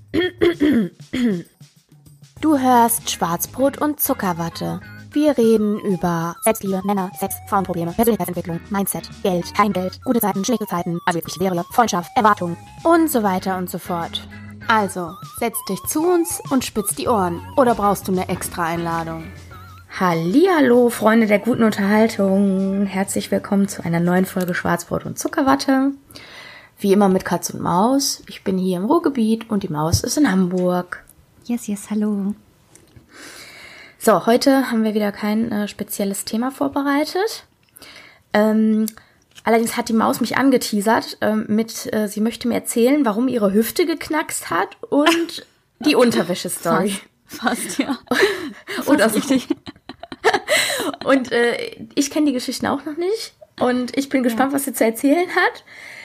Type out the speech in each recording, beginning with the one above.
Du hörst Schwarzbrot und Zuckerwatte. Wir reden über Selbstliebe, Männer, Sex, Frauenprobleme, Persönlichkeitsentwicklung, Mindset, Geld, kein Geld, gute Zeiten, schlechte Zeiten, also jetzt Serie, Freundschaft, Erwartungen und so weiter und so fort. Also, setz dich zu uns und spitz die Ohren. Oder brauchst du eine extra Einladung? Hallihallo, Freunde der guten Unterhaltung. Herzlich willkommen zu einer neuen Folge Schwarzbrot und Zuckerwatte. Wie immer mit Katz und Maus. Ich bin hier im Ruhrgebiet und die Maus ist in Hamburg. Yes, hallo. So, heute haben wir wieder kein spezielles Thema vorbereitet. Allerdings hat die Maus mich angeteasert sie möchte mir erzählen, warum ihre Hüfte geknackst hat und die Unterwäsche-Story. Fast, ja. Oder so. Richtig. Und ich kenne die Geschichten auch noch nicht und ich bin gespannt, was sie zu erzählen hat.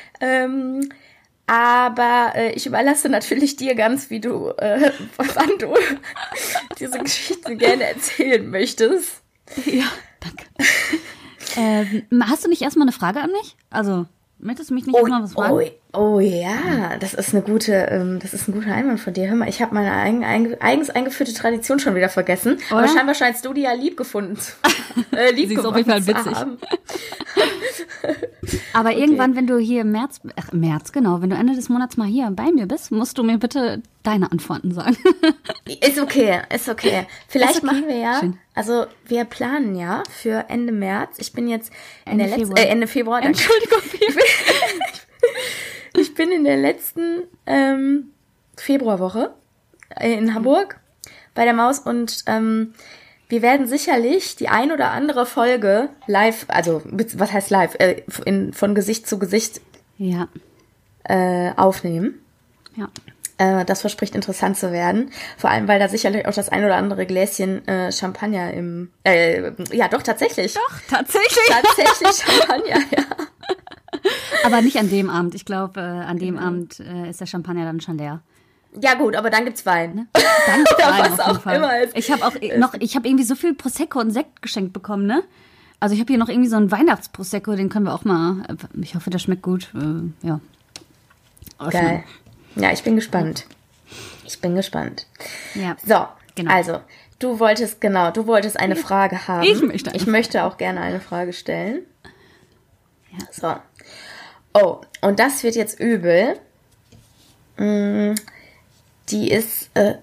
Aber ich überlasse natürlich dir ganz, wie du, wann du diese Geschichte gerne erzählen möchtest. Ja, danke. Hast du nicht erstmal eine Frage an mich? Also, möchtest du mich nicht erstmal was fragen? Oh ja, das ist ein guter Einwand von dir. Hör mal, ich habe meine eigens eingeführte Tradition schon wieder vergessen. Oder? Aber scheinbar scheinst du die ja lieb gefunden zu haben. Sie ist auf jeden Fall witzig. Aber okay. Irgendwann, wenn du hier im März, wenn du Ende des Monats mal hier bei mir bist, musst du mir bitte deine Antworten sagen. Ist okay. Vielleicht machen wir ja, schön. Also wir planen ja für Ende März. Ich bin jetzt Ende Februar. Entschuldigung. Ich bin in der letzten Februarwoche in Hamburg bei der Maus und wir werden sicherlich die ein oder andere Folge live, also was heißt live, von Gesicht zu Gesicht aufnehmen. Ja. Das verspricht interessant zu werden. Vor allem, weil da sicherlich auch das ein oder andere Gläschen Champagner tatsächlich. Tatsächlich Champagner, ja. Aber nicht an dem Abend. Ich glaube, an dem Abend ist der Champagner dann schon leer. Ja gut, aber dann gibt's Wein. Ne? Dann gibt's Wein was auf jeden auch Fall. Immer ist. Ich habe irgendwie so viel Prosecco und Sekt geschenkt bekommen, ne? Also ich habe hier noch irgendwie so einen Weihnachtsprosecco, den können wir auch mal. Ich hoffe, der schmeckt gut. Ja. Geil. Ja, ich bin gespannt. Ja. So, genau. Also, du wolltest eine Frage haben. Ich möchte auch gerne eine Frage stellen. Ja. So. Oh, und das wird jetzt übel. Die ist, ja.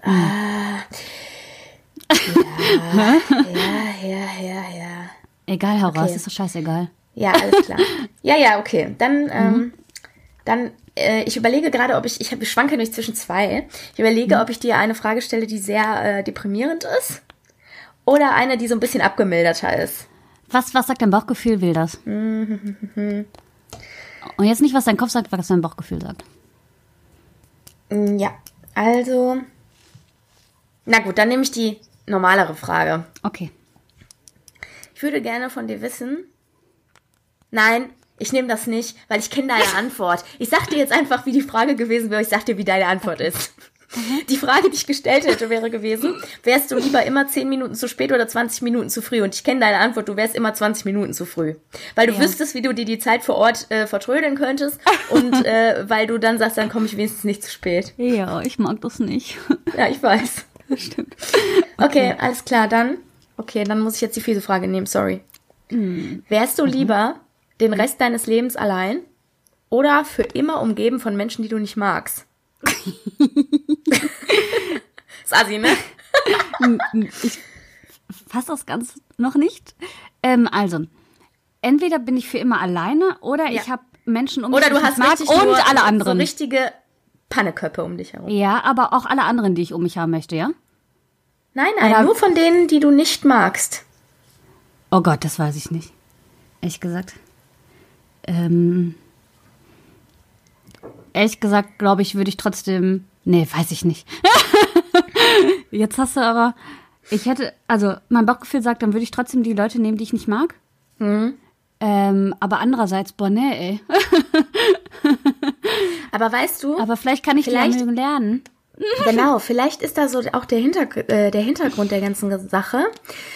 Egal, hau raus, ist doch scheißegal. Ja, alles klar. Ja, okay. Dann, ich überlege gerade, ich schwanke nämlich zwischen zwei. Ich überlege, ob ich dir eine Frage stelle, die sehr deprimierend ist oder eine, die so ein bisschen abgemilderter ist. Was sagt dein Bauchgefühl, will das? Und jetzt nicht, was dein Kopf sagt, was dein Bauchgefühl sagt. Ja, also, na gut, dann nehme ich die normalere Frage. Okay. Ich würde gerne von dir wissen, nein, ich nehme das nicht, weil ich kenne deine Antwort. Ich sag dir jetzt einfach, wie die Frage gewesen wäre, ich sag dir, wie deine Antwort ist. Die Frage, die ich gestellt hätte, wäre gewesen, wärst du lieber immer 10 Minuten zu spät oder 20 Minuten zu früh? Und ich kenne deine Antwort, du wärst immer 20 Minuten zu früh. Weil du wüsstest, wie du dir die Zeit vor Ort vertrödeln könntest und weil du dann sagst, dann komme ich wenigstens nicht zu spät. Ja, ich mag das nicht. Ja, ich weiß. Das stimmt. Okay, alles klar, dann muss ich jetzt die fiese Frage nehmen, sorry. Wärst du lieber den Rest deines Lebens allein oder für immer umgeben von Menschen, die du nicht magst? Ist assi, ne? Ich fasse das ganz noch nicht. Also, entweder bin ich für immer alleine oder ich habe Menschen um mich herum, oder du hast richtig und alle anderen. So richtige Panneköpfe um dich herum. Ja, aber auch alle anderen, die ich um mich haben möchte, ja? Nein, nur von denen, die du nicht magst. Oh Gott, das weiß ich nicht. Ehrlich gesagt. Ehrlich gesagt, glaube ich, würde ich trotzdem... Nee, weiß ich nicht. Jetzt hast du aber... mein Bauchgefühl sagt, dann würde ich trotzdem die Leute nehmen, die ich nicht mag. Aber andererseits, nee, ey. Aber weißt du... Aber vielleicht kann ich die lernen. Genau, vielleicht ist da so auch der Hintergrund der ganzen Sache.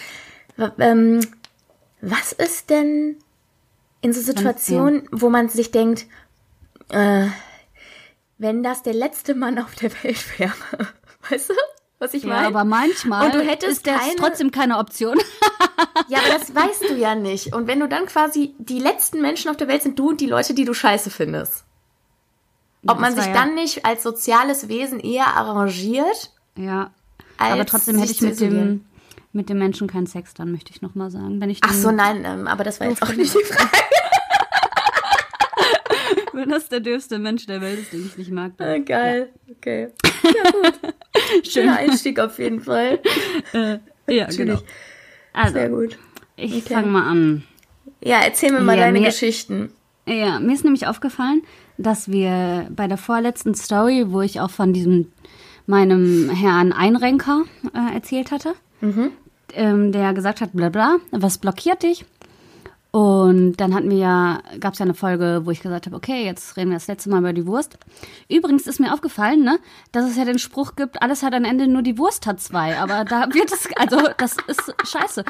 Was ist denn in so Situationen, wo man sich denkt, wenn das der letzte Mann auf der Welt wäre. Weißt du, was ich meine? Ja, aber manchmal und du hättest ist das trotzdem keine Option. Ja, aber das weißt du ja nicht. Und wenn du dann quasi die letzten Menschen auf der Welt sind, du und die Leute, die du scheiße findest. Ob man sich dann nicht als soziales Wesen eher arrangiert? Ja, aber trotzdem hätte ich mit dem Menschen keinen Sex, dann möchte ich nochmal sagen. Wenn ich Ach so, nein, aber das war jetzt auch nicht die Frage. Wenn das der dürfste Mensch der Welt ist, den ich nicht mag. Dann, geil, ja. Okay. Ja, gut. Schöner Einstieg auf jeden Fall. Ja, genau. Also, sehr gut. Ich fange mal an. Ja, erzähl mir mal deine Geschichten. Ja, mir ist nämlich aufgefallen, dass wir bei der vorletzten Story, wo ich auch von meinem Herrn Einrenker erzählt hatte, der gesagt hat, bla bla, was blockiert dich? Und dann gab es ja eine Folge, wo ich gesagt habe, okay, jetzt reden wir das letzte Mal über die Wurst. Übrigens ist mir aufgefallen, ne, dass es ja den Spruch gibt, alles hat ein Ende, nur die Wurst hat zwei. Aber da wird es, also das ist scheiße.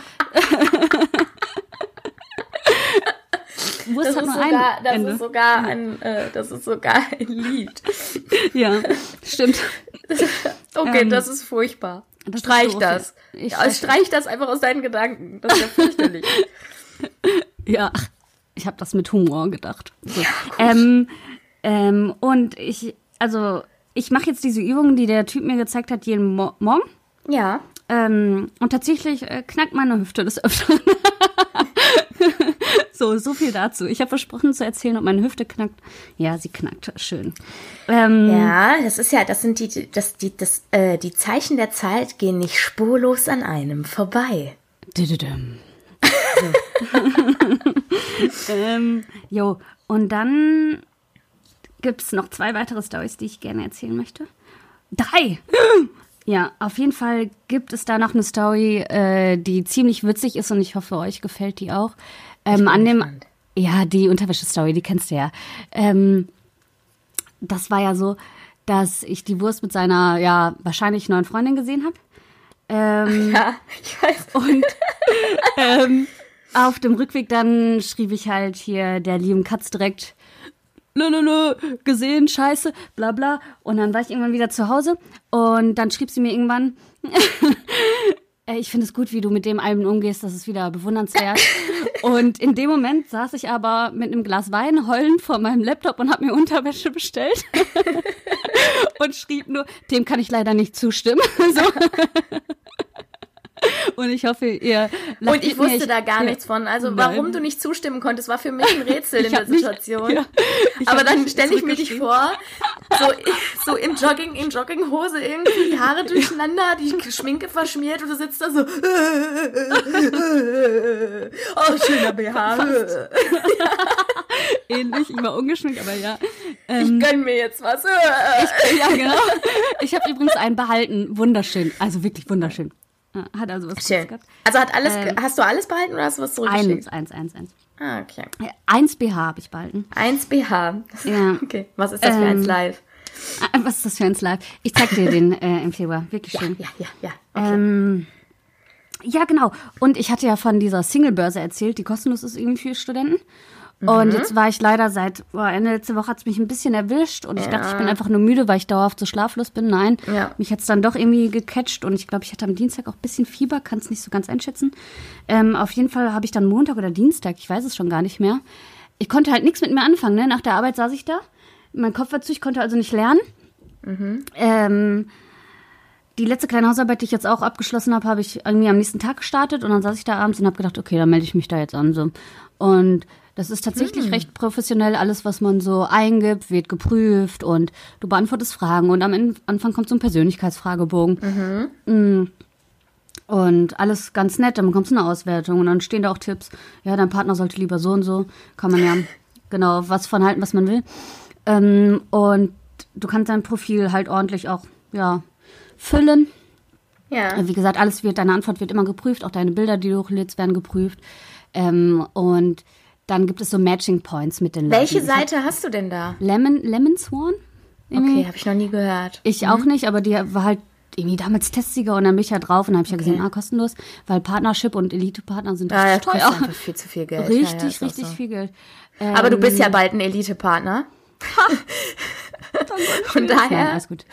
Wurst hat nur ein Ende. Das ist sogar ein Lied. Ja, stimmt. Okay, das ist furchtbar. Streich das. Streich das einfach aus deinen Gedanken. Das ist ja fürchterlich. Ja, ich habe das mit Humor gedacht. So. Ja, und ich mache jetzt diese Übungen, die der Typ mir gezeigt hat, jeden Morgen. Ja. Und tatsächlich knackt meine Hüfte des Öfteren. So viel dazu. Ich habe versprochen zu erzählen, ob meine Hüfte knackt. Ja, sie knackt. Schön. Ja, das sind die Zeichen der Zeit gehen nicht spurlos an einem vorbei. Jo, und dann gibt es noch 2 weitere Storys, die ich gerne erzählen möchte. 3! Ja, auf jeden Fall gibt es da noch eine Story, die ziemlich witzig ist und ich hoffe, euch gefällt die auch. Die Unterwäsche-Story, die kennst du ja. Das war ja so, dass ich die Wurst mit seiner, wahrscheinlich neuen Freundin gesehen habe. Ja, ich weiß. Und auf dem Rückweg dann schrieb ich halt hier der lieben Katz direkt, gesehen, scheiße, bla bla. Und dann war ich irgendwann wieder zu Hause und dann schrieb sie mir irgendwann, ich finde es gut, wie du mit dem Alben umgehst, das ist wieder bewundernswert. Und in dem Moment saß ich aber mit einem Glas Wein heulend vor meinem Laptop und habe mir Unterwäsche bestellt und schrieb nur, dem kann ich leider nicht zustimmen. So. Und ich hoffe, ihr lacht. Und ich wusste da gar nichts von. Also warum du nicht zustimmen konntest, war für mich ein Rätsel in der Situation. Aber dann stelle ich mir dich vor, so im Jogginghose irgendwie, die Haare durcheinander, die Schminke verschmiert und du sitzt da so, oh, schöner BH. Ähnlich, ich war ungeschminkt, aber ja. Ich gönn mir jetzt was. Ja, genau. Ich habe übrigens einen behalten. Wunderschön. Also wirklich wunderschön. Hat also was Schön. Gehabt. Also hast du alles behalten oder hast du was zurückgeschickt? Eins. Ah, okay. 1 BH habe ich behalten. 1 BH? Ja. Okay. Was ist das für eins live? Was ist das für eins live? Ich zeig dir den im Februar. Wirklich schön. Ja. Okay. Ja, genau. Und ich hatte ja von dieser Single-Börse erzählt, die kostenlos ist irgendwie für Studenten. Und jetzt war ich leider Ende letzte Woche hat es mich ein bisschen erwischt und ich dachte, ich bin einfach nur müde, weil ich dauerhaft so schlaflos bin. Nein, mich hat es dann doch irgendwie gecatcht und ich glaube, ich hatte am Dienstag auch ein bisschen Fieber, kann es nicht so ganz einschätzen. Auf jeden Fall habe ich dann Montag oder Dienstag, ich weiß es schon gar nicht mehr, ich konnte halt nichts mit mir anfangen. Ne? Nach der Arbeit saß ich da, mein Kopf war zu, ich konnte also nicht lernen. Die letzte kleine Hausarbeit, die ich jetzt auch abgeschlossen habe, habe ich irgendwie am nächsten Tag gestartet und dann saß ich da abends und habe gedacht, okay, dann melde ich mich da jetzt an. So. Und das ist tatsächlich recht professionell. Alles, was man so eingibt, wird geprüft und du beantwortest Fragen und am Anfang kommt so ein Persönlichkeitsfragebogen. Und alles ganz nett, dann bekommst du eine Auswertung und dann stehen da auch Tipps. Ja, dein Partner sollte lieber so und so. Kann man ja genau was von halten, was man will. Und du kannst dein Profil halt ordentlich auch, füllen. Ja. Wie gesagt, deine Antwort wird immer geprüft, auch deine Bilder, die du hochlädst, werden geprüft. Und dann gibt es so Matching Points mit den Leuten. Welche Seite hast du denn da? Lemon Swan? Okay, habe ich noch nie gehört. Ich auch nicht, aber die war halt irgendwie damals Testsieger und dann bin ich ja drauf und dann habe ich ja gesehen, kostenlos, weil Partnership und Elite-Partner sind richtig teuer. Das kostet viel zu viel Geld. Richtig viel Geld. Aber du bist ja bald ein Elite-Partner. Von daher. Nein, alles gut.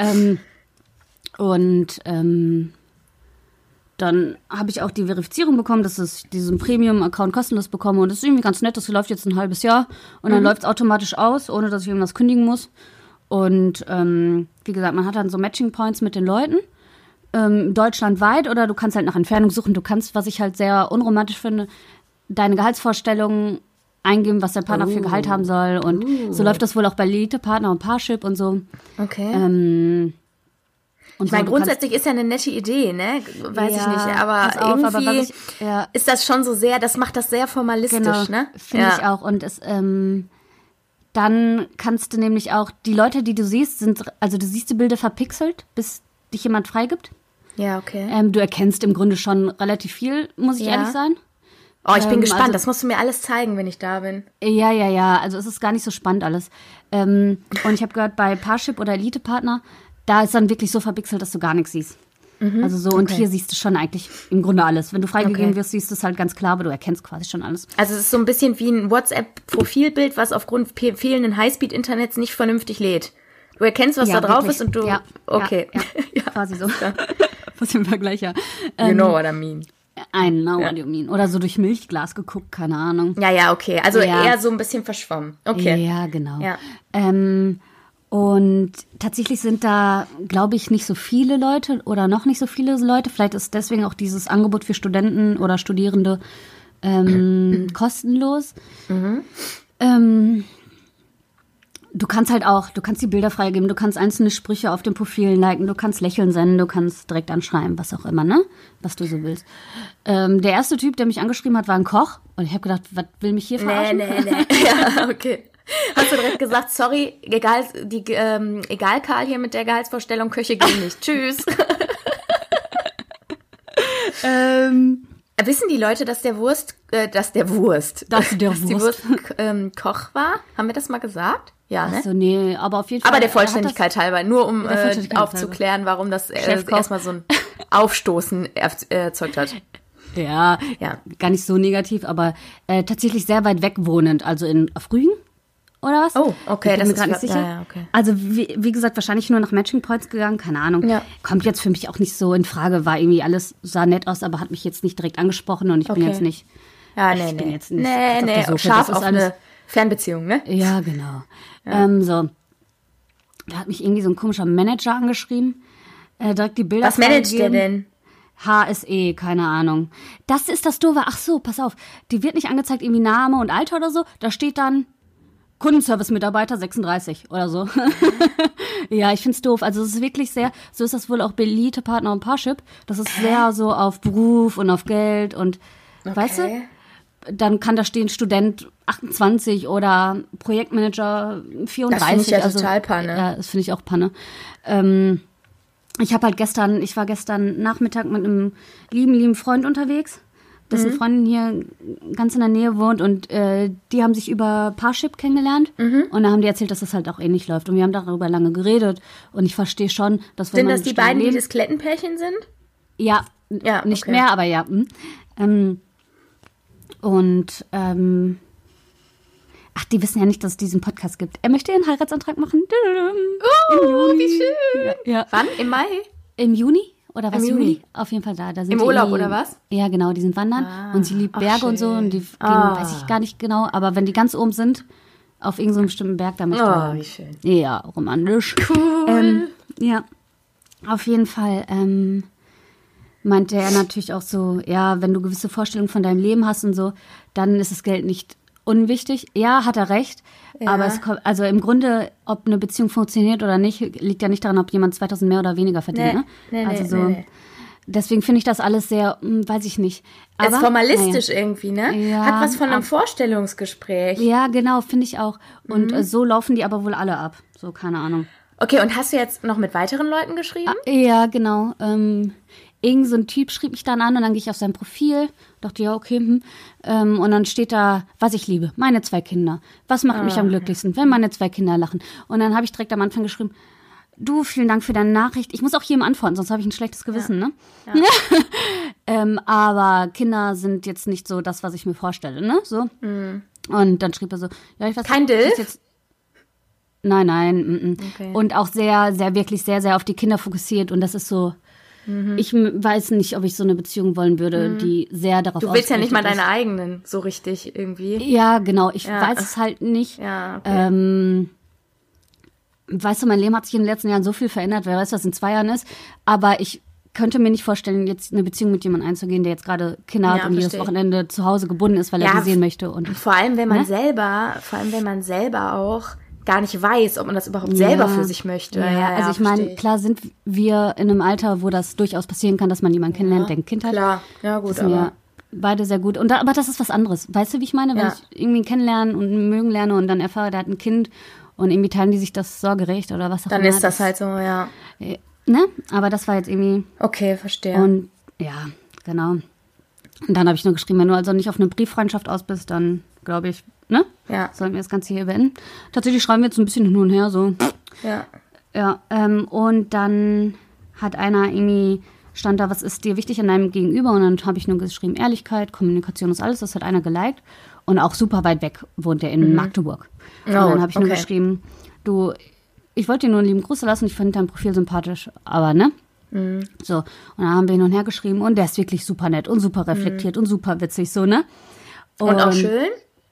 Dann habe ich auch die Verifizierung bekommen, dass ich diesen Premium-Account kostenlos bekomme. Und das ist irgendwie ganz nett, das läuft jetzt ein halbes Jahr. Und dann läuft es automatisch aus, ohne dass ich irgendwas kündigen muss. Und wie gesagt, man hat dann so Matching-Points mit den Leuten. Deutschlandweit, oder du kannst halt nach Entfernung suchen. Du kannst, was ich halt sehr unromantisch finde, deine Gehaltsvorstellungen eingeben, was dein Partner für Gehalt haben soll. Und so läuft das wohl auch bei Elite-Partner und Parship und so. Okay. Ich meine, grundsätzlich ist ja eine nette Idee, ne? Weiß ich nicht, aber irgendwie ist das schon so sehr, das macht das sehr formalistisch, genau, ne? Finde ich auch. Und dann kannst du nämlich auch, die Leute, die du siehst, also du siehst die Bilder verpixelt, bis dich jemand freigibt. Ja, okay. Du erkennst im Grunde schon relativ viel, muss ich ehrlich sein. Oh, ich bin gespannt. Das musst du mir alles zeigen, wenn ich da bin. Ja. Also es ist gar nicht so spannend alles. Und ich habe gehört, bei Parship oder Elite-Partner, da ist dann wirklich so verpixelt, dass du gar nichts siehst. Also so, und hier siehst du schon eigentlich im Grunde alles. Wenn du freigegeben wirst, siehst du es halt ganz klar, aber du erkennst quasi schon alles. Also es ist so ein bisschen wie ein WhatsApp-Profilbild, was aufgrund fehlenden Highspeed-Internets nicht vernünftig lädt. Du erkennst, was da drauf ist und du... Ja, okay. Ja, quasi so. Was im Vergleich, ja. You know what I mean. I know what you mean. Oder so durch Milchglas geguckt, keine Ahnung. Ja, okay. Also eher so ein bisschen verschwommen. Okay. Ja, genau. Ja. Und tatsächlich sind da, glaube ich, nicht so viele Leute oder noch nicht so viele Leute. Vielleicht ist deswegen auch dieses Angebot für Studenten oder Studierende kostenlos. Du kannst die Bilder freigeben, du kannst einzelne Sprüche auf den Profilen liken, du kannst Lächeln senden, du kannst direkt anschreiben, was auch immer, ne? Was du so willst. Der erste Typ, der mich angeschrieben hat, war ein Koch. Und ich habe gedacht, was will mich hier verarschen? Nee. Ja, okay. Hast du direkt gesagt, sorry, egal Karl hier mit der Gehaltsvorstellung, Köche gehen nicht. Tschüss. Wissen die Leute, dass die Wurst Koch war? Haben wir das mal gesagt? Ja, ne? Achso, nee, aber auf jeden Fall. Aber der Vollständigkeit halber, nur um aufzuklären, warum das erstmal so ein Aufstoßen erzeugt hat. Ja, gar nicht so negativ, aber tatsächlich sehr weit weg wohnend, also auf Rügen oder was? Oh, okay, das ist gerade nicht sicher. Ja, okay. Also wie gesagt, wahrscheinlich nur nach Matching Points gegangen, keine Ahnung. Ja. Kommt jetzt für mich auch nicht so in Frage, war irgendwie alles, sah nett aus, aber hat mich jetzt nicht direkt angesprochen und ich bin jetzt nicht... Ja, ich bin jetzt nicht scharf auf eine Fernbeziehung, ne? Ja, genau. Ja. Da hat mich irgendwie so ein komischer Manager angeschrieben. Direkt die Bilder. Was managt der denn? HSE, keine Ahnung. Das ist das Doofe. Ach so, pass auf. Die wird nicht angezeigt, irgendwie Name und Alter oder so. Da steht dann Kundenservice-Mitarbeiter 36 oder so. Ja, ich find's doof. Also es ist wirklich sehr, so ist das wohl auch bei Elite, Partner und Parship. Das ist sehr so auf Beruf und auf Geld und, weißt du? Dann kann da stehen Student 28 oder Projektmanager 34. Das finde ich ja total Panne. Ja, das finde ich auch Panne. Ich war gestern Nachmittag mit einem lieben Freund unterwegs, dessen Freundin hier ganz in der Nähe wohnt und die haben sich über Parship kennengelernt und da haben die erzählt, dass das halt auch ähnlich läuft und wir haben darüber lange geredet und ich verstehe schon, dass wenn man... Sind das die beiden, die das Klettenpärchen sind? Ja, nicht mehr, aber ja. Die wissen ja nicht, dass es diesen Podcast gibt. Er möchte einen Heiratsantrag machen. Im Juni. Wie schön. Ja. Wann? Im Mai? Im Juni? Oder was? Im Juni? Auf jeden Fall da. Sind im Urlaub oder was? Ja, genau. Die sind wandern und sie liebt Berge und so. Und die gehen, weiß ich gar nicht genau. Aber wenn die ganz oben sind, auf irgendeinem bestimmten Berg, da möchte er. Wie schön. Ja, romantisch. Cool. Ja, auf jeden Fall meinte er natürlich auch so, ja, wenn du gewisse Vorstellungen von deinem Leben hast und so, dann ist das Geld nicht unwichtig. Ja, hat er recht. Ja. Aber es kommt, also im Grunde, ob eine Beziehung funktioniert oder nicht, liegt ja nicht daran, ob jemand 2000 mehr oder weniger verdient. Nee. Deswegen finde ich das alles sehr, weiß ich nicht. Aber, ist formalistisch irgendwie, ne? Ja, hat was von einem Vorstellungsgespräch. Ja, genau, finde ich auch. Und so laufen die aber wohl alle ab. So, keine Ahnung. Okay, und hast du jetzt noch mit weiteren Leuten geschrieben? Ja, genau. Irgend so ein Typ schrieb mich dann an und dann gehe ich auf sein Profil, dachte, ja, okay, und dann steht da, was ich liebe, meine 2 Kinder. Was macht mich am glücklichsten, wenn meine 2 Kinder lachen? Und dann habe ich direkt am Anfang geschrieben, du, vielen Dank für deine Nachricht. Ich muss auch jedem antworten, sonst habe ich ein schlechtes Gewissen, ne? Ja. Aber Kinder sind jetzt nicht so das, was ich mir vorstelle, ne? So. Und dann schrieb er so, ja, ich weiß kein Dilf? Nein. Okay. Und auch sehr, sehr, wirklich sehr, sehr auf die Kinder fokussiert. Und das ist so, ich weiß nicht, ob ich so eine Beziehung wollen würde, die sehr darauf Du willst ja nicht mal ausgerichtet deine eigenen so richtig irgendwie. Ja, genau. Ich weiß es halt nicht. Ja, okay. Weißt du, mein Leben hat sich in den letzten Jahren so viel verändert. Wer weiß, was in 2 Jahren ist. Aber ich könnte mir nicht vorstellen, jetzt eine Beziehung mit jemandem einzugehen, der jetzt gerade Kinder hat und jedes Wochenende zu Hause gebunden ist, weil er sie sehen möchte. Und vor allem, wenn man selber auch gar nicht weiß, ob man das überhaupt selber für sich möchte. Ja, also ich meine, klar sind wir in einem Alter, wo das durchaus passieren kann, dass man jemanden kennenlernt, der ein Kind hat. Klar, ja gut, das aber beide sehr gut. Aber das ist was anderes. Weißt du, wie ich meine? Wenn ich irgendwie kennenlernen und mögen lerne und dann erfahre, der hat ein Kind und irgendwie teilen die sich das sorgerecht oder was auch immer. Dann ist das halt so, ja. Ne? Aber das war jetzt irgendwie... Okay, verstehe. Und ja, genau. Und dann habe ich nur geschrieben, wenn du also nicht auf eine Brieffreundschaft aus bist, dann glaube ich, ne? Ja. Sollen wir das Ganze hier beenden. Tatsächlich schreiben wir jetzt ein bisschen hin und her, so. Ja. Ja, und dann hat einer irgendwie, stand da, was ist dir wichtig an deinem Gegenüber? Und dann habe ich nur geschrieben, Ehrlichkeit, Kommunikation ist alles. Das hat einer geliked. Und auch super weit weg wohnt er in Magdeburg. Und dann habe ich nur geschrieben, du, ich wollte dir nur einen lieben Gruß lassen, ich finde dein Profil sympathisch, aber ne? So, und dann haben wir hin und her geschrieben und der ist wirklich super nett und super reflektiert und super witzig, so, ne? Und auch schön?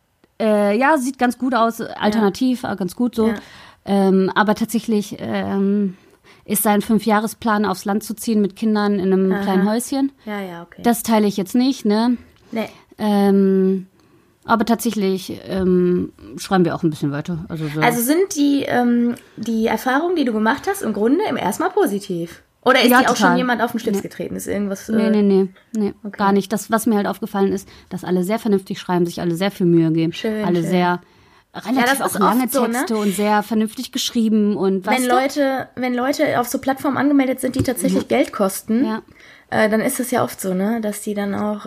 Ja, sieht ganz gut aus, alternativ, ganz gut so. Ja. Aber tatsächlich ist sein 5-Jahresplan, aufs Land zu ziehen mit Kindern in einem kleinen Häuschen. Ja, okay. Das teile ich jetzt nicht, ne? Nee. Aber tatsächlich schreiben wir auch ein bisschen weiter. Also sind die Erfahrungen, die du gemacht hast, im Grunde im erstmal positiv? Oder ist dir auch schon jemand auf den Schlips getreten? Ist irgendwas? Nee, okay. Gar nicht. Das, was mir halt aufgefallen ist, dass alle sehr vernünftig schreiben, sich alle sehr viel Mühe geben. Alle sehr relativ auch lange Texte und sehr vernünftig geschrieben. Und wenn Leute auf so Plattformen angemeldet sind, die tatsächlich Geld kosten, dann ist es ja oft so, ne, dass die dann auch...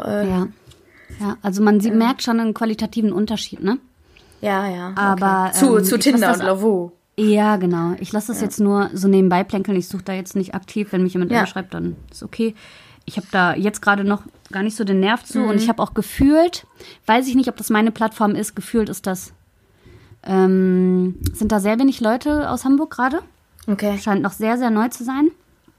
Ja, also man merkt schon einen qualitativen Unterschied, ne? Ja. Aber zu Tinder und Lavu. Ja, genau. Ich lasse das jetzt nur so nebenbei plänkeln. Ich suche da jetzt nicht aktiv. Wenn mich jemand anschreibt, dann ist okay. Ich habe da jetzt gerade noch gar nicht so den Nerv zu. Und ich habe auch gefühlt, weiß ich nicht, ob das meine Plattform ist, gefühlt ist das, sind da sehr wenig Leute aus Hamburg gerade. Okay. Scheint noch sehr, sehr neu zu sein.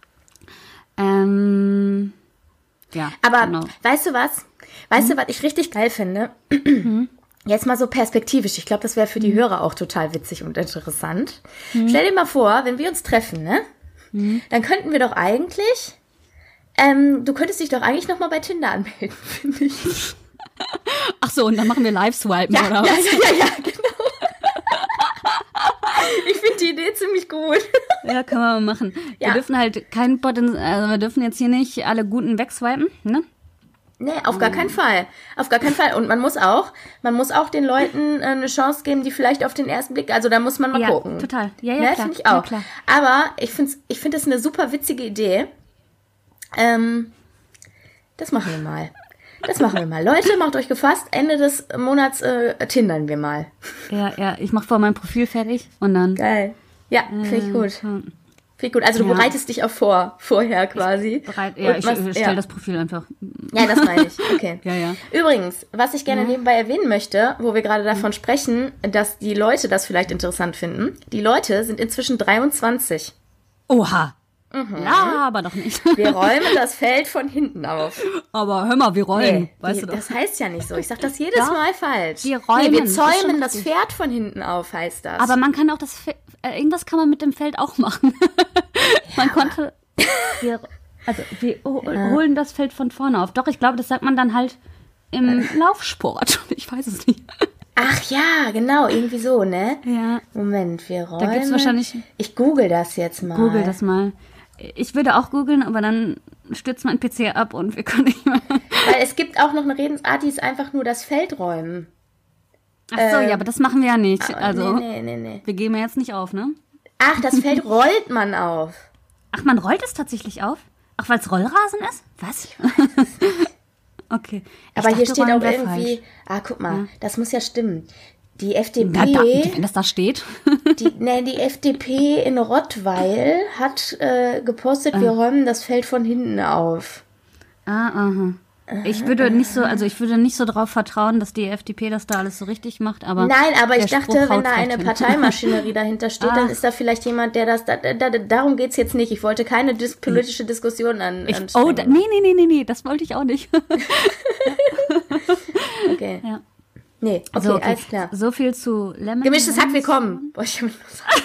Ja, aber genau. Weißt du, was ich richtig geil finde? Jetzt mal so perspektivisch. Ich glaube, das wäre für die Hörer auch total witzig und interessant. Stell dir mal vor, wenn wir uns treffen, ne? Dann könnten wir doch eigentlich, du könntest dich doch eigentlich nochmal bei Tinder anmelden, finde ich. Ach so, und dann machen wir Live-Swipen, oder was? Ja, genau. Ich finde die Idee ziemlich gut. Ja, kann man mal machen. Wir dürfen halt wir dürfen jetzt hier nicht alle Guten wegswipen, ne? Nee, auf gar keinen Fall. Auf gar keinen Fall. Und man muss auch den Leuten eine Chance geben, die vielleicht auf den ersten Blick, also da muss man mal gucken. Total. Ja, ne, klar. Finde ich auch. Ja, klar. Aber ich finde das eine super witzige Idee. Das machen wir mal. Leute, macht euch gefasst, Ende des Monats tindern wir mal. Ja, ich mache vorher mein Profil fertig und dann... Geil. Ja, finde ich gut. Also du bereitest dich auch vorher quasi. Ich stelle das Profil einfach. Ja, das meine ich. Okay. Ja. Übrigens, was ich gerne nebenbei erwähnen möchte, wo wir gerade davon sprechen, dass die Leute das vielleicht interessant finden. Die Leute sind inzwischen 23. Oha. Ja, aber doch nicht. Wir räumen das Feld von hinten auf. Aber hör mal, wir räumen. Weißt du doch. Das heißt ja nicht so. Ich sag das jedes Mal falsch. Wir räumen. Wir zäumen das Pferd von hinten auf, heißt das. Aber man kann auch irgendwas kann man mit dem Feld auch machen. Wir holen das Feld von vorne auf. Doch, ich glaube, das sagt man dann halt im Laufsport. Ich weiß es nicht. Ach ja, genau, irgendwie so, ne? Ja. Moment, wir räumen. Da gibt's wahrscheinlich... Ich google das jetzt mal. Google das mal. Ich würde auch googeln, aber dann stürzt mein PC ab und wir können nicht mehr. Weil es gibt auch noch eine Redensart, die ist einfach nur das Feld räumen. Ach so, ja, aber das machen wir ja nicht. Also, nee. Wir geben ja jetzt nicht auf, ne? Ach, das Feld rollt man auf. Ach, man rollt es tatsächlich auf? Ach, weil es Rollrasen ist? Was? Okay. Aber hier steht auch irgendwie... Falsch. Guck mal, das muss ja stimmen. Die FDP... wenn das da steht. Die FDP in Rottweil hat gepostet, wir räumen das Feld von hinten auf. Aha. Ich würde nicht so drauf vertrauen, dass die FDP das da alles so richtig macht, aber. Nein, aber ich der dachte, Spruch wenn haut da vielleicht eine hin. Parteimaschinerie dahinter steht, dann ist da vielleicht jemand, der das, darum geht's jetzt nicht. Ich wollte keine politische Diskussion anstrengen. Nee, das wollte ich auch nicht. Okay. Ja. Nee, okay, So, alles klar. So viel zu Lemon. Gemischtes Hack, willkommen. Wollte ich damit nur sagen.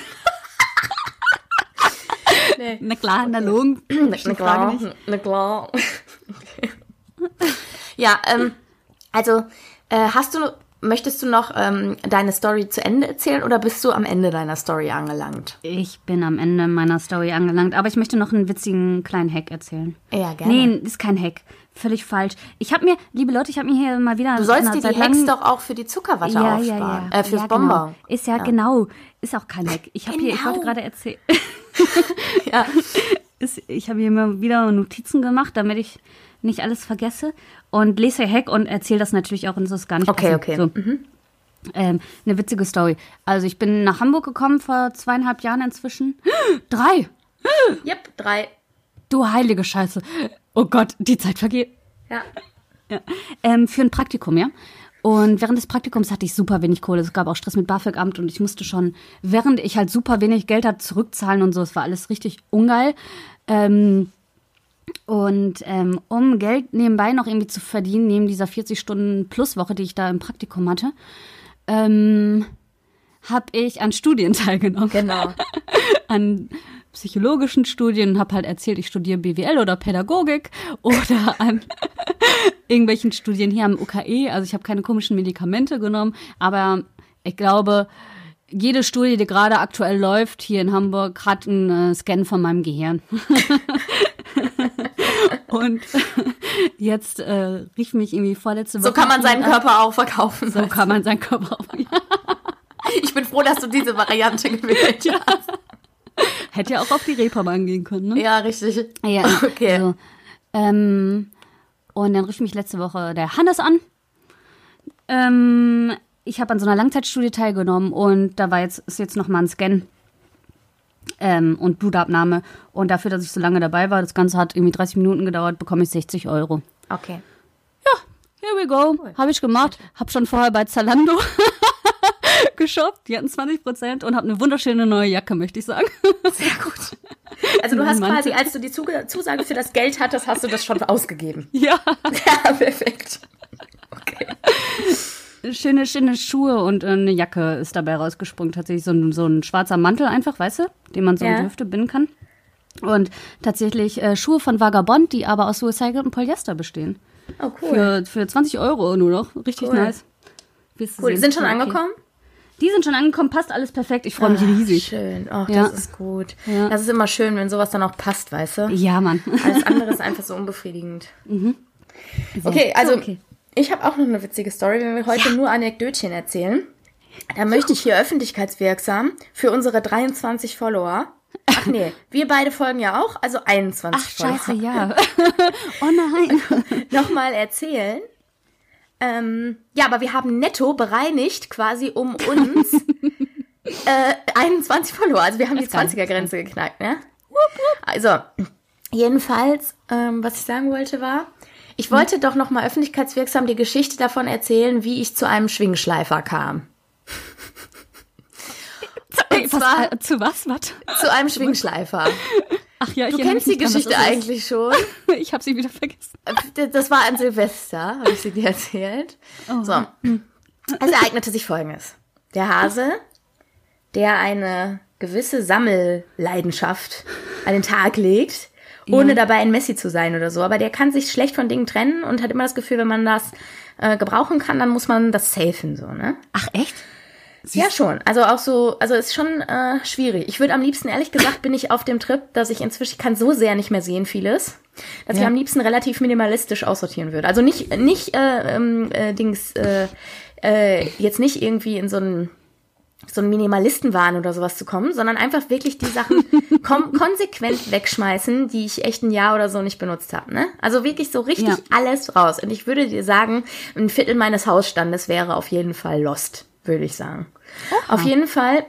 Nee. Na klar, na Logen. Na klar. Okay. Ja, also möchtest du noch deine Story zu Ende erzählen oder bist du am Ende deiner Story angelangt? Ich bin am Ende meiner Story angelangt, aber ich möchte noch einen witzigen kleinen Hack erzählen. Ja, gerne. Nee, ist kein Hack. Völlig falsch. Liebe Leute, ich habe mir hier mal wieder... Du sollst dir die Hacks doch auch für die Zuckerwatte aufsparen. Fürs ja, Bonbon. Genau. Genau. Ist auch kein Hack. Ich wollte gerade erzählen... Ja. Ich habe hier immer wieder Notizen gemacht, damit ich nicht alles vergesse. Und lese Hack und erzähle das natürlich auch, und das ist gar nicht Okay. So. Eine witzige Story. Also ich bin nach Hamburg gekommen vor 2,5 Jahren inzwischen. 3! Yep, 3. Du heilige Scheiße. Oh Gott, die Zeit vergeht. Ja. Für ein Praktikum, ja. Und während des Praktikums hatte ich super wenig Kohle. Es gab auch Stress mit BAföG-Amt und ich musste schon, während ich halt super wenig Geld hatte, zurückzahlen und so. Es war alles richtig ungeil. Um Geld nebenbei noch irgendwie zu verdienen, neben dieser 40-Stunden-Plus-Woche, die ich da im Praktikum hatte, habe ich an Studien teilgenommen. Genau. An psychologischen Studien, habe halt erzählt, ich studiere BWL oder Pädagogik oder an irgendwelchen Studien hier am UKE. Also ich habe keine komischen Medikamente genommen, aber ich glaube, jede Studie, die gerade aktuell läuft hier in Hamburg, hat einen Scan von meinem Gehirn. Und jetzt rief mich irgendwie vorletzte Woche... So kann man seinen Körper auch verkaufen. So kann man seinen Körper auch... Ich bin froh, dass du diese Variante gewählt hast. Hätte ja auch auf die Reeperbahn gehen können, ne? Ja, richtig. Ja, okay. So. Und dann rief mich letzte Woche der Hannes an. Ich habe an so einer Langzeitstudie teilgenommen und da ist jetzt noch mal ein Scan und Blutabnahme. Und dafür, dass ich so lange dabei war, das Ganze hat irgendwie 30 Minuten gedauert, bekomme ich 60 €. Okay. Ja, here we go. Cool. Habe ich gemacht. Habe schon vorher bei Zalando geshoppt. Die hatten 20% und habe eine wunderschöne neue Jacke, möchte ich sagen. Sehr gut. Also du hast quasi, als du die Zusage für das Geld hattest, hast du das schon ausgegeben. Ja. Ja, perfekt. Okay. Schöne Schuhe und eine Jacke ist dabei rausgesprungen. Tatsächlich so ein schwarzer Mantel einfach, weißt du, den man so in die Hüfte binden kann. Und tatsächlich Schuhe von Vagabond, die aber aus recyceltem Polyester bestehen. Oh, cool. Für 20 € nur noch. Richtig nice. Cool, die sind schon angekommen? Die sind schon angekommen, passt alles perfekt. Ich freue mich riesig. Schön, das ist gut. Ja. Das ist immer schön, wenn sowas dann auch passt, weißt du? Ja, Mann. Alles andere ist einfach so unbefriedigend. So. Okay, also ich habe auch noch eine witzige Story, wenn wir heute nur Anekdötchen erzählen. Da möchte ich hier öffentlichkeitswirksam für unsere 23 Follower, ach nee, wir beide folgen ja auch, also 21 Follower. Ach, scheiße, ja. Oh nein. Nochmal erzählen. Ja, aber wir haben netto bereinigt quasi um uns 21 Follower. Also wir haben die 20er-Grenze geknackt, ne? Also, jedenfalls, was ich sagen wollte war, ich wollte doch nochmal öffentlichkeitswirksam die Geschichte davon erzählen, wie ich zu einem Schwingschleifer kam. Zu was? Zu einem Schwingschleifer. Ach ja, du kennst die Geschichte eigentlich schon. Ich habe sie wieder vergessen. Das war an Silvester, habe ich sie dir erzählt. Oh. So, also ereignete sich Folgendes. Der Hase, der eine gewisse Sammelleidenschaft an den Tag legt, ohne dabei ein Messi zu sein oder so, aber der kann sich schlecht von Dingen trennen und hat immer das Gefühl, wenn man das gebrauchen kann, dann muss man das safen, so, ne? Ach, echt? Ja, schon. Also auch so, also ist schon schwierig. Ich würde am liebsten, ehrlich gesagt, bin ich auf dem Trip, dass ich inzwischen, ich kann so sehr nicht mehr sehen, vieles, dass ich am liebsten relativ minimalistisch aussortieren würde. Also nicht jetzt nicht irgendwie in so einen Minimalistenwahn oder sowas zu kommen, sondern einfach wirklich die Sachen konsequent wegschmeißen, die ich echt ein Jahr oder so nicht benutzt habe, ne? Also wirklich so richtig alles raus. Und ich würde dir sagen, 1/4 meines Hausstandes wäre auf jeden Fall lost, würde ich sagen. Oha. Auf jeden Fall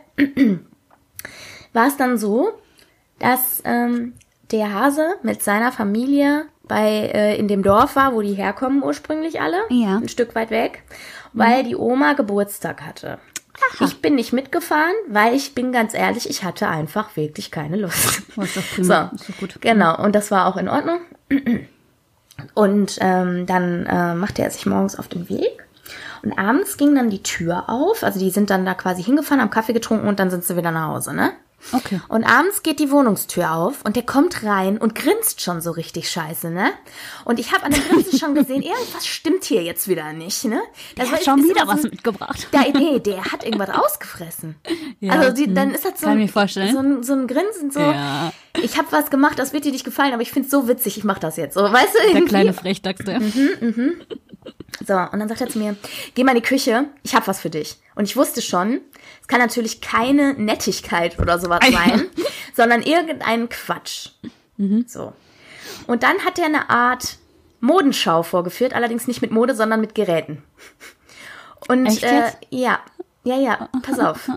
war es dann so, dass der Hase mit seiner Familie in dem Dorf war, wo die herkommen ursprünglich alle. Ja. Ein Stück weit weg, weil die Oma Geburtstag hatte. Aha. Ich bin nicht mitgefahren, weil ich bin ganz ehrlich, ich hatte einfach wirklich keine Lust. Das ist doch prima. So, ist doch gut. Genau, und das war auch in Ordnung. Und dann machte er sich morgens auf den Weg. Und abends ging dann die Tür auf. Also die sind dann da quasi hingefahren, haben Kaffee getrunken und dann sind sie wieder nach Hause, ne? Okay. Und abends geht die Wohnungstür auf und der kommt rein und grinst schon so richtig scheiße, ne? Und ich habe an dem Grinsen schon gesehen, irgendwas stimmt hier jetzt wieder nicht, ne? Der hat schon wieder was mitgebracht. Nee, der hat irgendwas rausgefressen. Ja, also dann ist das so ein Grinsen, so, ja. Ich habe was gemacht, das wird dir nicht gefallen, aber ich find's so witzig, ich mach das jetzt so, weißt du? Der kleine Frechdachs, der. So, und dann sagt er zu mir, geh mal in die Küche, ich hab was für dich. Und ich wusste schon, es kann natürlich keine Nettigkeit oder sowas sein, sondern irgendein Quatsch. So. Und dann hat er eine Art Modenschau vorgeführt, allerdings nicht mit Mode, sondern mit Geräten. Und echt jetzt? Ja, pass auf.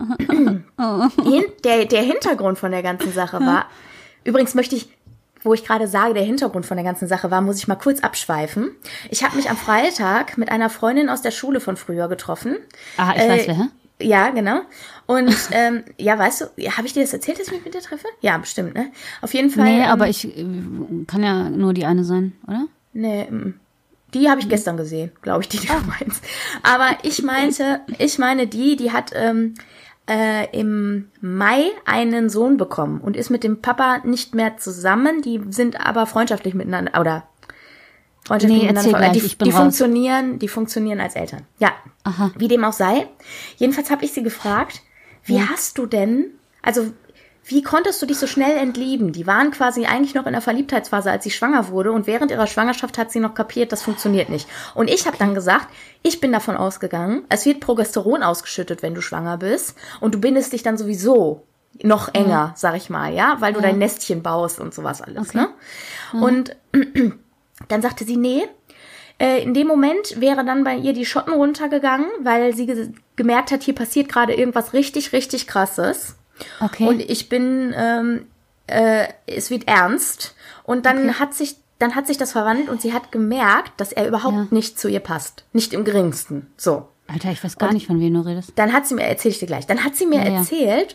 Der Hintergrund von der ganzen Sache war, übrigens möchte ich, wo ich gerade sage, der Hintergrund von der ganzen Sache war, muss ich mal kurz abschweifen. Ich habe mich am Freitag mit einer Freundin aus der Schule von früher getroffen. Ah, ich weiß wer, hä? Ja, genau. Und ja, weißt du, habe ich dir das erzählt, dass ich mich mit dir treffe? Ja, bestimmt, ne? Auf jeden Fall. Nee, aber ich kann ja nur die eine sein, oder? Nee, die habe ich gestern gesehen, glaube ich, die du meinst. Aber ich meine die hat im Mai einen Sohn bekommen und ist mit dem Papa nicht mehr zusammen. Die sind aber freundschaftlich miteinander oder freundschaftlich miteinander. Die funktionieren als Eltern. Ja, aha. Wie dem auch sei. Jedenfalls habe ich sie gefragt, wie hast du denn, also wie konntest du dich so schnell entlieben? Die waren quasi eigentlich noch in der Verliebtheitsphase, als sie schwanger wurde. Und während ihrer Schwangerschaft hat sie noch kapiert, das funktioniert nicht. Und ich habe dann gesagt, ich bin davon ausgegangen, es wird Progesteron ausgeschüttet, wenn du schwanger bist. Und du bindest dich dann sowieso noch enger, sag ich mal, ja, weil du dein Nestchen baust und sowas alles. Okay. Ne? Und dann sagte sie, nee, in dem Moment wäre dann bei ihr die Schotten runtergegangen, weil sie gemerkt hat, hier passiert gerade irgendwas richtig, richtig Krasses. Okay. Und ich bin, es wird ernst. Und dann hat sich das verwandelt und sie hat gemerkt, dass er überhaupt nicht zu ihr passt. Nicht im geringsten. So. Alter, ich weiß gar nicht, von wem du redest. Dann hat sie mir, erzähl ich dir gleich, dann hat sie mir erzählt,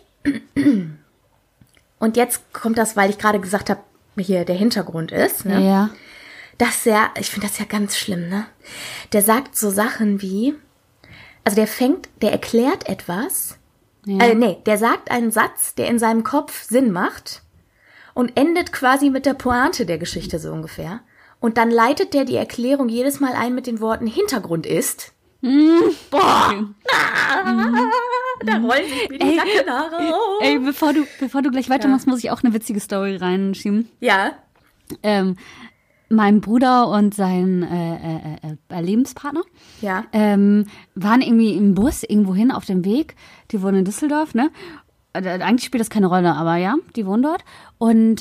und jetzt kommt das, weil ich gerade gesagt habe, hier der Hintergrund ist, ne? Ja. Ich finde das ja ganz schlimm, ne? Der sagt so Sachen wie, also der erklärt etwas. Ja. Der sagt einen Satz, der in seinem Kopf Sinn macht und endet quasi mit der Pointe der Geschichte so ungefähr. Und dann leitet der die Erklärung jedes Mal ein mit den Worten Hintergrund ist. Boah! Da rollen sich mir die Nackenhaare raus. Ey, bevor du gleich weitermachst, muss ich auch eine witzige Story reinschieben. Ja. Mein Bruder und sein Lebenspartner waren irgendwie im Bus irgendwo hin auf dem Weg. Die wohnen in Düsseldorf, ne? Eigentlich spielt das keine Rolle, aber ja, die wohnen dort. Und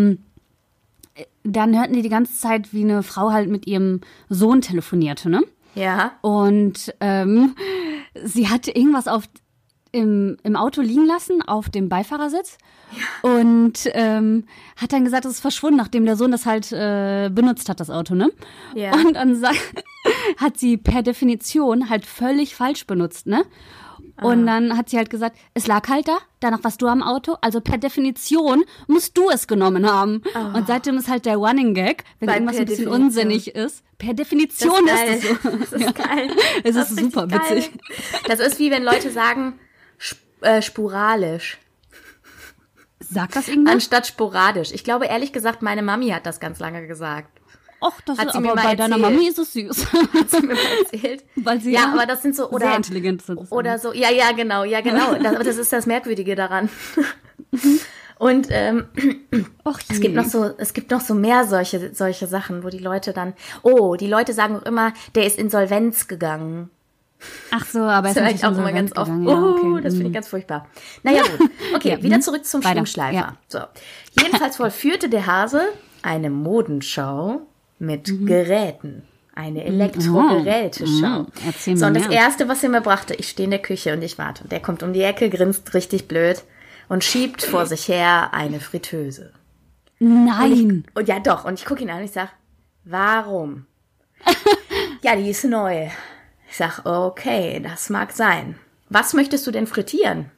dann hörten die ganze Zeit, wie eine Frau halt mit ihrem Sohn telefonierte, ne? Ja. Und sie hatte irgendwas im Auto liegen lassen, auf dem Beifahrersitz. Ja. Und hat dann gesagt, es ist verschwunden, nachdem der Sohn das halt benutzt hat, das Auto, ne? Ja. Und dann hat sie per Definition halt völlig falsch benutzt, ne? Und dann hat sie halt gesagt, es lag halt da, danach warst du am Auto, also per Definition musst du es genommen haben. Oh. Und seitdem ist halt der Running Gag, wenn irgendwas ein bisschen unsinnig ist, per Definition ist es so. Das ist geil. Es ist super witzig. Das ist wie wenn Leute sagen, sporadisch. Sagt das irgendwas? Anstatt sporadisch. Ich glaube, ehrlich gesagt, meine Mami hat das ganz lange gesagt. Och, das ist aber bei deiner Mami ist es süß. Hat sie mir mal erzählt. Weil sie aber das sind so, oder sehr intelligent sind. Oder so, ja, genau. Das ist das Merkwürdige daran. Und es gibt noch so mehr solche Sachen, wo die Leute dann, die Leute sagen auch immer, der ist Insolvenz gegangen. Ach so, aber es ist nicht auch immer ganz oft. Das finde ich ganz furchtbar. Naja, gut. Okay, wieder zurück zum Schwimmschleifer. Ja. So. Jedenfalls vollführte der Hase eine Modenschau mit Geräten. Eine Elektrogeräteschau. So, und das Erste, was er mir brachte, ich stehe in der Küche und ich warte. Und der kommt um die Ecke, grinst richtig blöd und schiebt vor sich her eine Fritteuse. Nein. Und ja, doch. Und ich gucke ihn an und ich sage, warum? Ja, die ist neu. Ich sag, okay, das mag sein. Was möchtest du denn frittieren?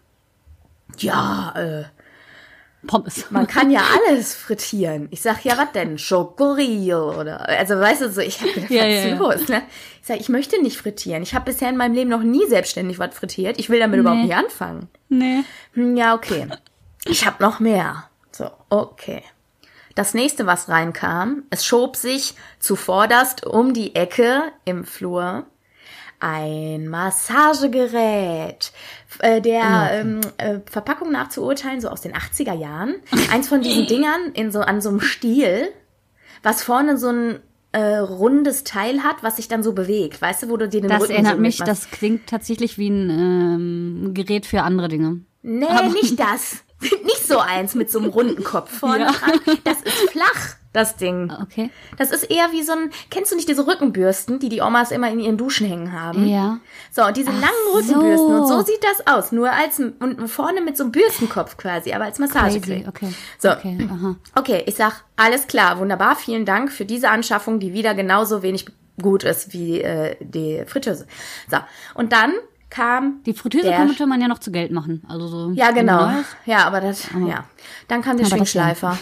Ja, Pommes. man kann ja alles frittieren. Ich sag, ja, was denn? Schokorio oder, also weißt du, so, ich hab gedacht, was ist los, ne? Ich sag, ich möchte nicht frittieren. Ich habe bisher in meinem Leben noch nie selbstständig was frittiert. Ich will damit überhaupt nicht anfangen. Nee. Ja, okay. Ich habe noch mehr. So, okay. Das nächste, was reinkam, es schob sich zuvorderst um die Ecke im Flur ein Massagegerät, der Verpackung nach zu urteilen, so aus den 80er Jahren. Eins von diesen Dingern an so einem Stiel, was vorne so ein rundes Teil hat, was sich dann so bewegt. Weißt du, wo du dir den Das Rücken erinnert so mich, mitmachst. das klingt tatsächlich wie ein Gerät für andere Dinge. Nee, nicht das. Nicht so eins mit so einem runden Kopf vorne dran. Das ist flach, das Ding. Okay. Das ist eher wie so ein, kennst du nicht diese Rückenbürsten, die Omas immer in ihren Duschen hängen haben? Ja. So, diese langen Rückenbürsten. Und so sieht das aus. Nur und vorne mit so einem Bürstenkopf quasi, aber als Massagegerät. Okay. So. Okay, aha. Okay, ich sag, alles klar, wunderbar, vielen Dank für diese Anschaffung, die wieder genauso wenig gut ist wie die Fritteuse. So, und dann kam Die Fritteuse könnte man ja noch zu Geld machen. Also so. Ja, genau. Neues. Ja, aber das, ja. Dann kam der Aber das Schwingschleifer.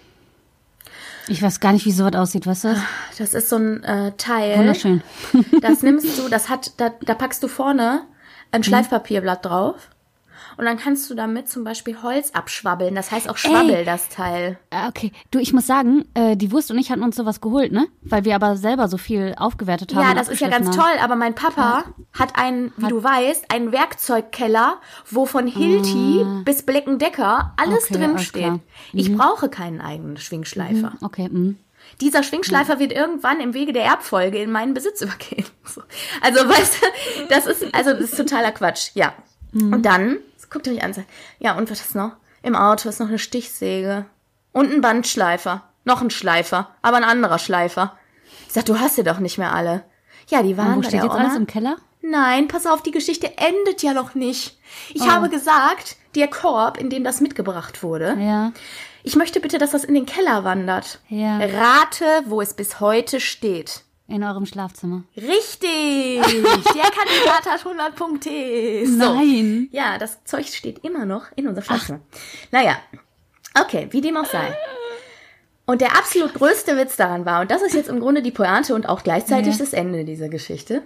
Ich weiß gar nicht, wie sowas aussieht, weißt du? Das ist so ein Teil. Wunderschön. Das nimmst du, da packst du vorne ein Schleifpapierblatt drauf. Und dann kannst du damit zum Beispiel Holz abschwabbeln. Das heißt auch Schwabbel, das Teil. Okay, du, ich muss sagen, die Wurst und ich hatten uns sowas geholt, ne? Weil wir aber selber so viel aufgewertet haben. Ja, und das ist ja ganz abgeschliffen haben. toll, aber mein Papa hat wie du weißt, einen Werkzeugkeller, wo von Hilti bis Black & Decker alles Okay, drin alles steht. klar. Ich brauche keinen eigenen Schwingschleifer. Okay, Dieser Schwingschleifer wird irgendwann im Wege der Erbfolge in meinen Besitz übergehen. So. Also, weißt du, das ist totaler Quatsch. Ja. Und dann, guckt euch an. Ja, und was ist noch? Im Auto ist noch eine Stichsäge. Und ein Bandschleifer. Noch ein Schleifer. Aber ein anderer Schleifer. Ich sag, du hast sie doch nicht mehr alle. Ja, die waren Wo bei steht der jetzt Oma. alles im Keller? Nein, pass auf, die Geschichte endet ja noch nicht. Ich habe gesagt, der Korb, in dem das mitgebracht wurde, Ja. ich möchte bitte, dass das in den Keller wandert. Ja. Rate, wo es bis heute steht. In eurem Schlafzimmer. Richtig! Der Kandidat hat 100 Punkte. So. Nein. Ja, das Zeug steht immer noch in unserem Schlafzimmer. Naja, okay, wie dem auch sei. Und der absolut größte Witz daran war, und das ist jetzt im Grunde die Pointe und auch gleichzeitig das Ende dieser Geschichte.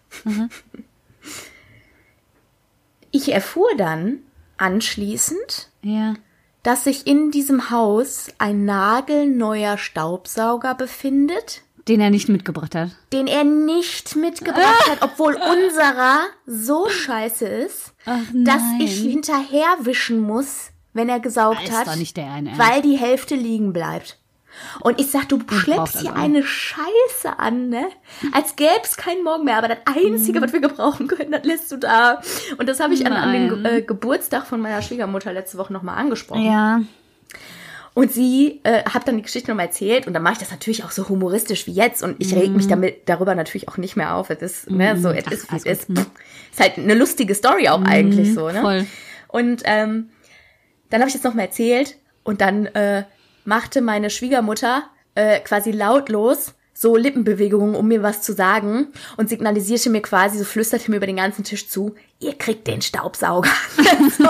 Ich erfuhr dann anschließend, Ja. dass sich in diesem Haus ein nagelneuer Staubsauger befindet, Den er nicht mitgebracht hat. den er nicht mitgebracht hat, obwohl unserer so scheiße ist, Ach, dass nein. ich hinterher wischen muss, wenn er gesaugt Ist hat, doch nicht der eine Ernst. weil die Hälfte liegen bleibt. Und ich sag, du schleppst braucht hier also. eine Scheiße an, ne? Als gäb's keinen Morgen mehr. Aber das Einzige, was wir gebrauchen können, das lässt du da. Und das habe ich an den Geburtstag von meiner Schwiegermutter letzte Woche nochmal angesprochen. Ja. Und sie hat dann die Geschichte nochmal erzählt. Und dann mache ich das natürlich auch so humoristisch wie jetzt. Und ich reg mich darüber natürlich auch nicht mehr auf. Es ist, ne, so, es ist, ist halt eine lustige Story auch eigentlich so, ne? Voll. Und dann habe ich das nochmal erzählt. Und dann machte meine Schwiegermutter quasi lautlos so Lippenbewegungen, um mir was zu sagen und signalisierte mir quasi, so flüsterte mir über den ganzen Tisch zu, ihr kriegt den Staubsauger. So.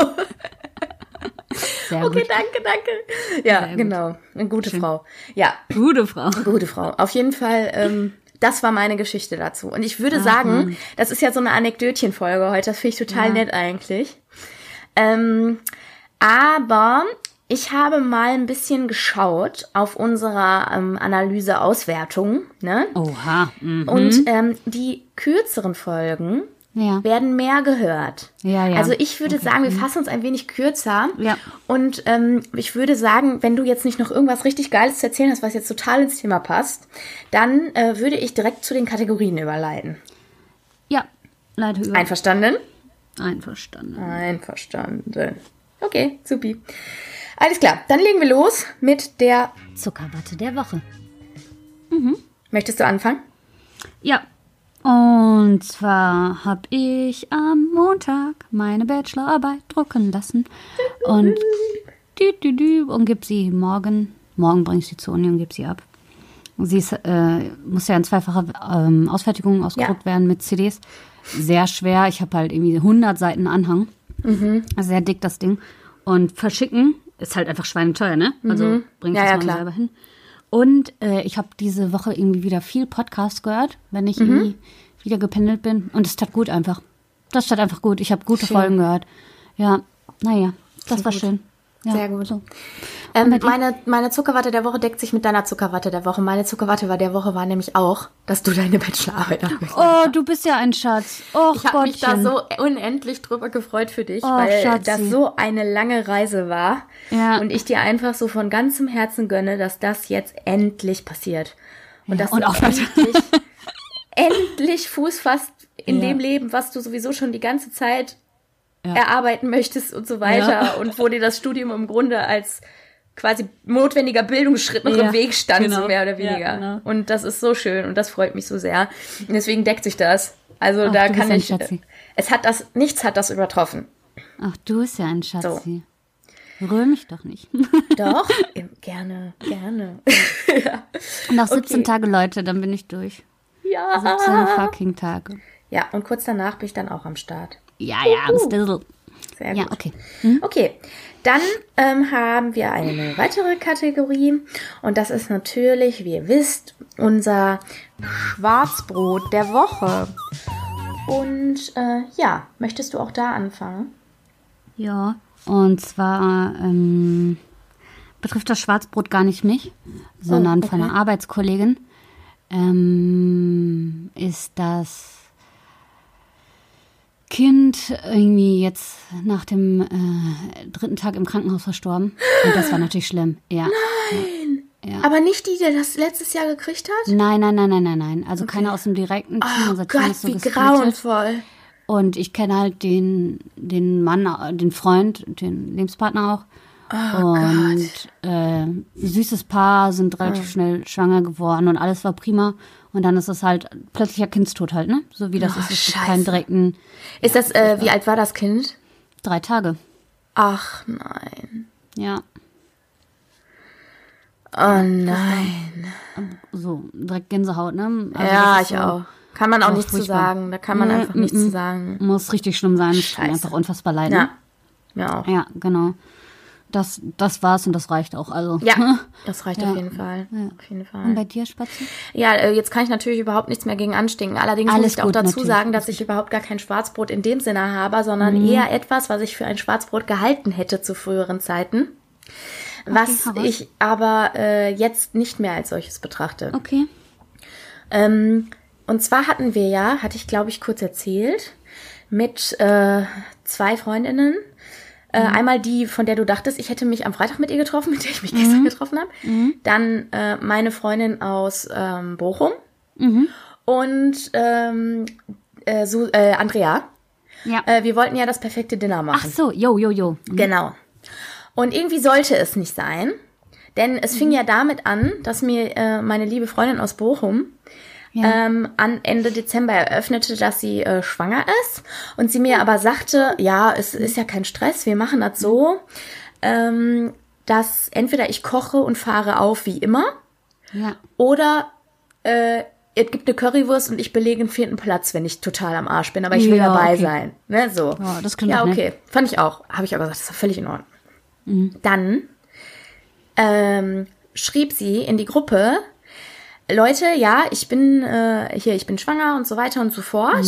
Sehr Okay, gut. danke. Ja, Sehr genau. Eine gute Frau. Ja, Gute Frau. gute Frau. Auf jeden Fall, das war meine Geschichte dazu. Und ich würde sagen, das ist ja so eine Anekdötchenfolge heute, das finde ich total nett eigentlich. Aber ich habe mal ein bisschen geschaut auf unserer Analyse-Auswertung, ne? Oha. Mhm. Und die kürzeren Folgen Ja. werden mehr gehört. Ja, ja. Also ich würde sagen, wir fassen uns ein wenig kürzer. Ja. Und ich würde sagen, wenn du jetzt nicht noch irgendwas richtig Geiles zu erzählen hast, was jetzt total ins Thema passt, dann würde ich direkt zu den Kategorien überleiten. Ja. Leite über. Einverstanden? Einverstanden. Einverstanden. Okay, supi. Alles klar, dann legen wir los mit der... Zuckerwatte der Woche. Möchtest du anfangen? Ja. Und zwar habe ich am Montag meine Bachelorarbeit drucken lassen. Und gib sie morgen. Morgen bringe ich sie zur Uni und gib sie ab. Sie ist, muss ja in zweifacher Ausfertigung ausgedruckt werden mit CDs. Sehr schwer. Ich habe halt irgendwie 100 Seiten Anhang. Also sehr dick das Ding. Und verschicken ist halt einfach schweineteuer, ne? Also bringt das mal selber hin. Und ich habe diese Woche irgendwie wieder viel Podcast gehört, wenn ich irgendwie wieder gependelt bin. Und es tat gut einfach. Das tat einfach gut. Ich habe gute Folgen gehört. Ja, naja, das war schön. Ja, sehr gut. So. Meine Zuckerwatte der Woche deckt sich mit deiner Zuckerwatte der Woche. Meine Zuckerwatte der Woche war nämlich auch, dass du deine Bachelorarbeit abgegeben hast. Oh, du bist ja ein Schatz. Oh, ich habe mich da so unendlich drüber gefreut für dich, weil das so eine lange Reise war. Ja. Und ich dir einfach so von ganzem Herzen gönne, dass das jetzt endlich passiert. Und dass du endlich Fuß fasst in dem Leben, was du sowieso schon die ganze Zeit erarbeiten möchtest und so weiter. Ja. Und wo dir das Studium im Grunde als quasi notwendiger Bildungsschritt noch im Weg stand, so mehr oder weniger. Ja, genau. Und das ist so schön und das freut mich so sehr. Und deswegen deckt sich das. Also da kann ich, nichts hat das übertroffen. Ach, du bist ja ein Schatzi. So. Rühr mich doch nicht. Doch, gerne. Noch 17 Tage, Leute, dann bin ich durch. Ja. 17 fucking Tage. Ja, und kurz danach bin ich dann auch am Start. Ja, am Still. Sehr gut. Ja, okay. Okay, dann haben wir eine weitere Kategorie und das ist natürlich, wie ihr wisst, unser Schwarzbrot der Woche. Und möchtest du auch da anfangen? Ja, und zwar betrifft das Schwarzbrot gar nicht mich, sondern von einer Arbeitskollegin. Ist das Kind irgendwie jetzt nach dem 3. Tag im Krankenhaus verstorben. Und das war natürlich schlimm. Ja. Nein! Ja. Aber nicht die, der das letztes Jahr gekriegt hat? Nein. Also keiner aus dem direkten Team. Oh Gott, ist so wie grauenvoll. Und ich kenne halt den Mann, den Freund, den Lebenspartner auch. Oh und süßes Paar, sind relativ schnell schwanger geworden und alles war prima. Und dann ist es halt plötzlicher Kindstod halt, ne? So wie das ist. Es gibt keinen direkten. Ist das, wie alt war das Kind? 3 Tage. Ach nein. Ja. Oh nein. So, direkt Gänsehaut, ne? Also ja, ich so, auch. Kann man auch nichts zu sagen. Da kann man einfach nichts zu sagen. Muss richtig schlimm sein. Es tut mir einfach unfassbar leid. Ja, mir auch. Ja, genau. Das war's und das reicht auch. Also. Ja, das reicht auf jeden Fall. Ja. Auf jeden Fall. Und bei dir, Spatzi? Ja, jetzt kann ich natürlich überhaupt nichts mehr gegen anstinken. Allerdings muss ich auch dazu sagen, dass ich überhaupt gar kein Schwarzbrot in dem Sinne habe, sondern eher etwas, was ich für ein Schwarzbrot gehalten hätte zu früheren Zeiten. Was ich aber jetzt nicht mehr als solches betrachte. Okay. Und zwar hatte ich glaube ich kurz erzählt, mit 2 Freundinnen. Einmal die, von der du dachtest, ich hätte mich am Freitag mit ihr getroffen, mit der ich mich gestern getroffen habe. Dann meine Freundin aus Bochum. Und Andrea. Ja. Wir wollten ja das perfekte Dinner machen. Ach so, jo. Genau. Und irgendwie sollte es nicht sein, denn es fing ja damit an, dass mir meine liebe Freundin aus Bochum an Ende Dezember eröffnete, dass sie schwanger ist und sie mir aber sagte, ja, es ist ja kein Stress, wir machen das so, dass entweder ich koche und fahre auf wie immer oder es gibt eine Currywurst und ich belege einen 4. Platz, wenn ich total am Arsch bin, aber ich will dabei sein. Ne, so. Oh, das klingt okay. Fand ich auch. Habe ich aber gesagt, das ist völlig in Ordnung. Dann schrieb sie in die Gruppe, Leute, ja, ich bin schwanger und so weiter und so fort.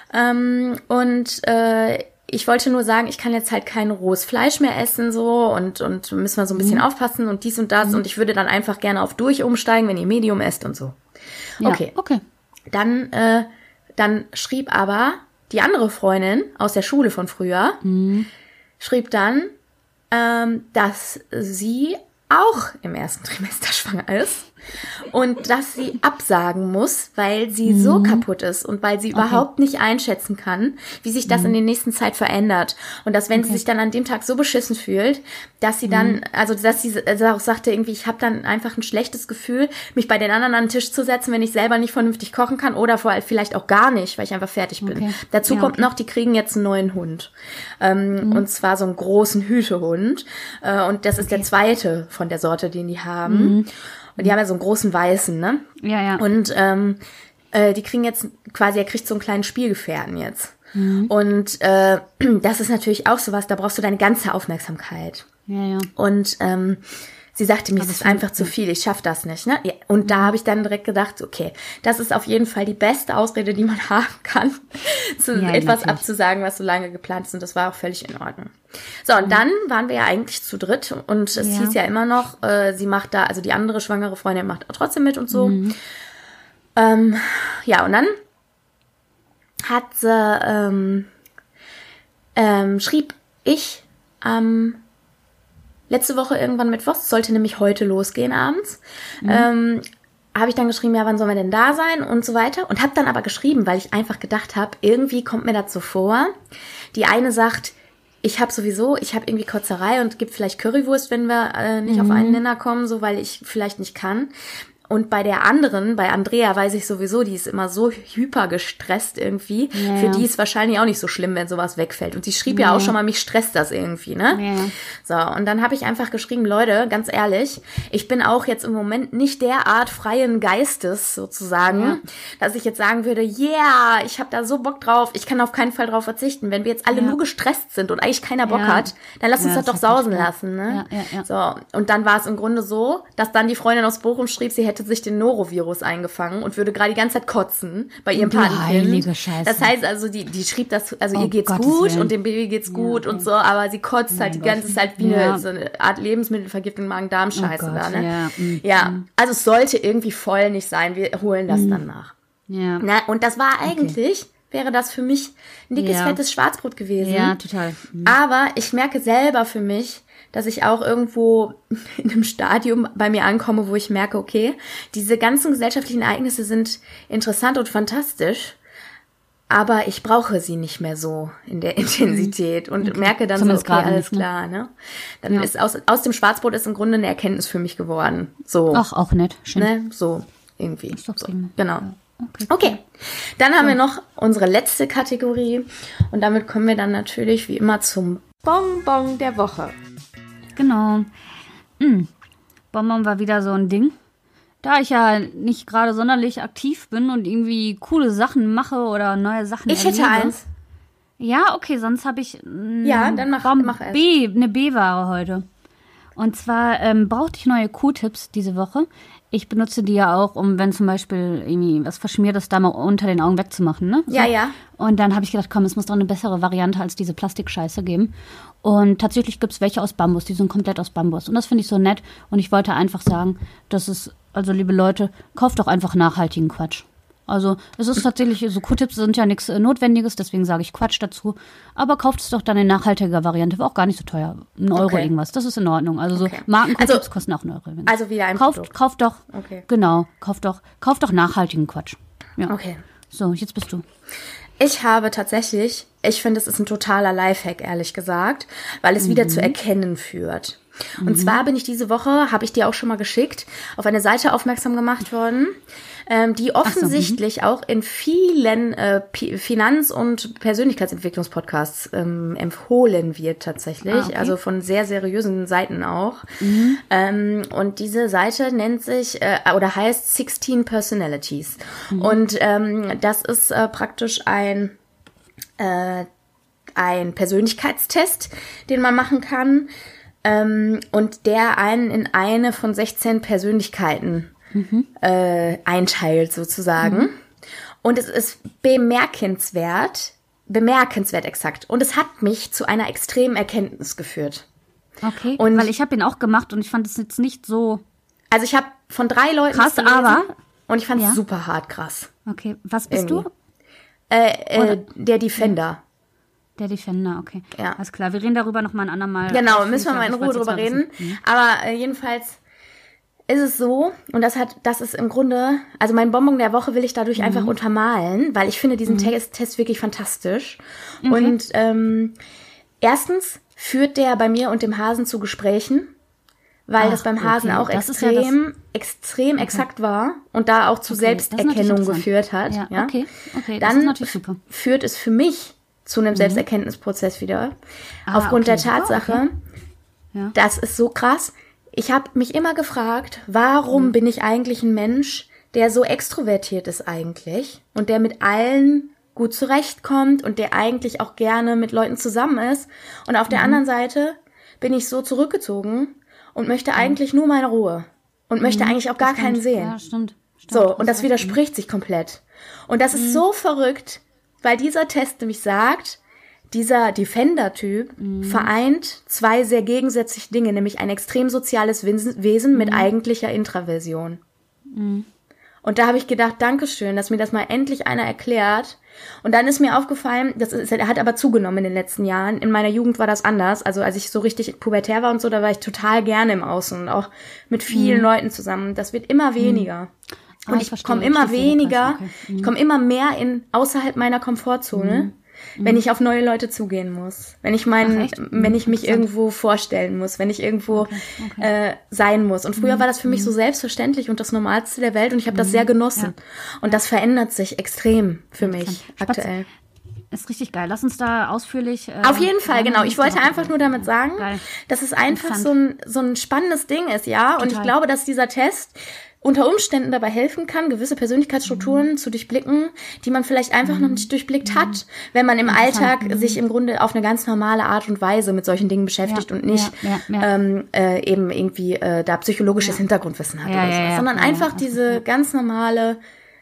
Ich wollte nur sagen, ich kann jetzt halt kein rohes Fleisch mehr essen so und müssen wir so ein bisschen aufpassen und dies und das und ich würde dann einfach gerne auf durch umsteigen, wenn ihr Medium esst und so. Ja, okay. Dann schrieb aber die andere Freundin aus der Schule von früher, schrieb dann, dass sie auch im 1. Trimester schwanger ist und dass sie absagen muss, weil sie so kaputt ist und weil sie überhaupt nicht einschätzen kann, wie sich das in der nächsten Zeit verändert. Und dass, wenn sie sich dann an dem Tag so beschissen fühlt, dass sie dann, also dass sie auch sagte, irgendwie, ich habe dann einfach ein schlechtes Gefühl, mich bei den anderen an den Tisch zu setzen, wenn ich selber nicht vernünftig kochen kann oder vielleicht auch gar nicht, weil ich einfach fertig bin. Dazu kommt noch, die kriegen jetzt einen neuen Hund. Und zwar so einen großen Hütehund. Und das ist der 2. von der Sorte, den die haben. Und die haben ja so einen großen weißen, ne? Ja, ja. Und die kriegen jetzt quasi, er kriegt so einen kleinen Spielgefährten jetzt. Und das ist natürlich auch sowas, da brauchst du deine ganze Aufmerksamkeit. Ja, ja. Und sie sagte mir, es ist einfach zu viel, ich schaff das nicht. Ne? Ja, und da habe ich dann direkt gedacht, okay, das ist auf jeden Fall die beste Ausrede, die man haben kann, etwas abzusagen, was so lange geplant ist. Und das war auch völlig in Ordnung. So, und dann waren wir ja eigentlich zu dritt. Und es hieß ja immer noch, sie macht da, also die andere schwangere Freundin macht trotzdem mit und so. Ja, und dann hat sie, schrieb ich letzte Woche irgendwann Mittwochs, sollte nämlich heute losgehen abends, habe ich dann geschrieben, ja, wann sollen wir denn da sein und so weiter. Und habe dann aber geschrieben, weil ich einfach gedacht habe, irgendwie kommt mir das so vor. Die eine sagt, ich habe irgendwie Kotzerei und gibt vielleicht Currywurst, wenn wir nicht auf einen Nenner kommen, so weil ich vielleicht nicht kann. Und bei der anderen, bei Andrea, weiß ich sowieso, die ist immer so hyper gestresst irgendwie. Ja, Für die ist wahrscheinlich auch nicht so schlimm, wenn sowas wegfällt. Und sie schrieb ja auch schon mal, mich stresst das irgendwie, ne? Ja. So, und dann habe ich einfach geschrieben, Leute, ganz ehrlich, ich bin auch jetzt im Moment nicht derart freien Geistes sozusagen, dass ich jetzt sagen würde, yeah, ich habe da so Bock drauf, ich kann auf keinen Fall drauf verzichten. Wenn wir jetzt alle nur gestresst sind und eigentlich keiner Bock hat, dann lass uns das doch sausen lassen, ne? Ja. So, und dann war es im Grunde so, dass dann die Freundin aus Bochum schrieb, sie hätte sich den Norovirus eingefangen und würde gerade die ganze Zeit kotzen bei ihrem Patenkind. Heilige Scheiße. Das heißt also, die schrieb das, also ihr geht's gut und dem Baby geht's gut und so, aber sie kotzt halt die ganze Zeit wie so eine Art Lebensmittelvergiftung, Magen-Darm-Scheiße da, ne? Ja, also es sollte irgendwie voll nicht sein, wir holen das dann nach. Ja. Na, und das war eigentlich, wäre das für mich ein dickes, fettes Schwarzbrot gewesen. Ja, total. Aber ich merke selber für mich, dass ich auch irgendwo in einem Stadium bei mir ankomme, wo ich merke, okay, diese ganzen gesellschaftlichen Ereignisse sind interessant und fantastisch, aber ich brauche sie nicht mehr so in der Intensität und merke dann Zumindest so, okay, gerade alles nicht, ne? klar, ne? Dann ist aus dem Schwarzbrot ist im Grunde eine Erkenntnis für mich geworden. So. Ach, auch nett. Schön. Ne? So, irgendwie. Ist doch so. prima. Genau. Ja. Okay, dann haben wir noch unsere letzte Kategorie und damit kommen wir dann natürlich wie immer zum Bonbon der Woche. Genau. Bonbon war wieder so ein Ding. Da ich ja nicht gerade sonderlich aktiv bin und irgendwie coole Sachen mache oder neue Sachen Ich hätte eins. Ja, okay, sonst habe ich Ja, dann mach erst. eine B-Ware heute. Und zwar brauchte ich neue Q-Tips diese Woche. Ich benutze die ja auch, um, wenn zum Beispiel irgendwie was Verschmiertes da mal unter den Augen wegzumachen, ne? So. Ja. Und dann habe ich gedacht, komm, es muss doch eine bessere Variante als diese Plastikscheiße geben. Und tatsächlich gibt es welche aus Bambus, die sind komplett aus Bambus. Und das finde ich so nett. Und ich wollte einfach sagen, also liebe Leute, kauft doch einfach nachhaltigen Quatsch. Also es ist tatsächlich, so Q-Tips sind ja nichts Notwendiges, deswegen sage ich Quatsch dazu. Aber kauft es doch dann in nachhaltiger Variante, war auch gar nicht so teuer. 1 Euro irgendwas, das ist in Ordnung. Also so Marken-Q-Tips kosten auch 1 Euro. Also wieder ein Produkt. Kauft doch, okay. Genau, kauft doch nachhaltigen Quatsch. Ja. Okay. So, jetzt bist du. Ich habe tatsächlich, ich finde, es ist ein totaler Lifehack, ehrlich gesagt, weil es wieder zu erkennen führt. Und zwar bin ich diese Woche, habe ich dir auch schon mal geschickt, auf eine Seite aufmerksam gemacht worden, die offensichtlich auch in vielen Finanz- und Persönlichkeitsentwicklungspodcasts empfohlen wird tatsächlich, okay. Also von sehr seriösen Seiten auch. Und diese Seite nennt sich oder heißt 16 Personalities. Und das ist praktisch ein Persönlichkeitstest, den man machen kann, und der einen in eine von 16 Persönlichkeiten einteilt sozusagen. Und es ist bemerkenswert exakt. Und es hat mich zu einer extremen Erkenntnis geführt. Okay, und weil ich habe ihn auch gemacht und ich fand es jetzt nicht so... Also ich habe von 3 Leuten krass, gelesen, aber... Und ich fand es super hart krass. Okay, was bist du? Der Defender. Der Defender, okay. Ja. Alles klar, wir reden darüber nochmal ein andermal. Genau, müssen wir mal in Ruhe drüber reden. Aber jedenfalls ist es so, und das ist im Grunde, also mein Bonbon der Woche will ich dadurch einfach untermalen, weil ich finde diesen Test wirklich fantastisch. Okay. Und erstens führt der bei mir und dem Hasen zu Gesprächen, weil das beim Hasen auch extrem exakt war und da auch zu Selbsterkennung geführt hat. Ja. Okay, dann das ist natürlich super. Führt es für mich zu einem Selbsterkenntnisprozess wieder. Aufgrund der Tatsache, das ist so krass, ich habe mich immer gefragt, warum bin ich eigentlich ein Mensch, der so extrovertiert ist eigentlich und der mit allen gut zurechtkommt und der eigentlich auch gerne mit Leuten zusammen ist. Und auf der anderen Seite bin ich so zurückgezogen und möchte eigentlich nur meine Ruhe und möchte eigentlich auch gar keinen sehen. Ja, stimmt. So, und das widerspricht sich komplett. Und das ist so verrückt, weil dieser Test nämlich sagt, dieser Defender-Typ vereint zwei sehr gegensätzliche Dinge, nämlich ein extrem soziales Wesen mit eigentlicher Intraversion. Und da habe ich gedacht, Dankeschön, dass mir das mal endlich einer erklärt. Und dann ist mir aufgefallen, er hat aber zugenommen in den letzten Jahren. In meiner Jugend war das anders. Also als ich so richtig pubertär war und so, da war ich total gerne im Außen und auch mit vielen Leuten zusammen. Das wird immer weniger. Und ich komme immer weniger, ich komme immer mehr außerhalb meiner Komfortzone, wenn ich auf neue Leute zugehen muss. Wenn ich wenn ich mich irgendwo vorstellen muss, wenn ich irgendwo sein muss. Und früher war das für mich so selbstverständlich und das Normalste der Welt und ich habe das sehr genossen. Ja. Und das verändert sich extrem für mich aktuell. Ist richtig geil. Lass uns da ausführlich... Auf jeden Fall, genau. Ich wollte einfach nur damit sagen, dass es einfach so ein spannendes Ding ist, ja. Und ich glaube, dass dieser Test unter Umständen dabei helfen kann, gewisse Persönlichkeitsstrukturen zu durchblicken, die man vielleicht einfach noch nicht durchblickt hat, wenn man im Alltag sich im Grunde auf eine ganz normale Art und Weise mit solchen Dingen beschäftigt und nicht eben irgendwie da psychologisches Hintergrundwissen hat oder sowas, sondern einfach diese ganz normale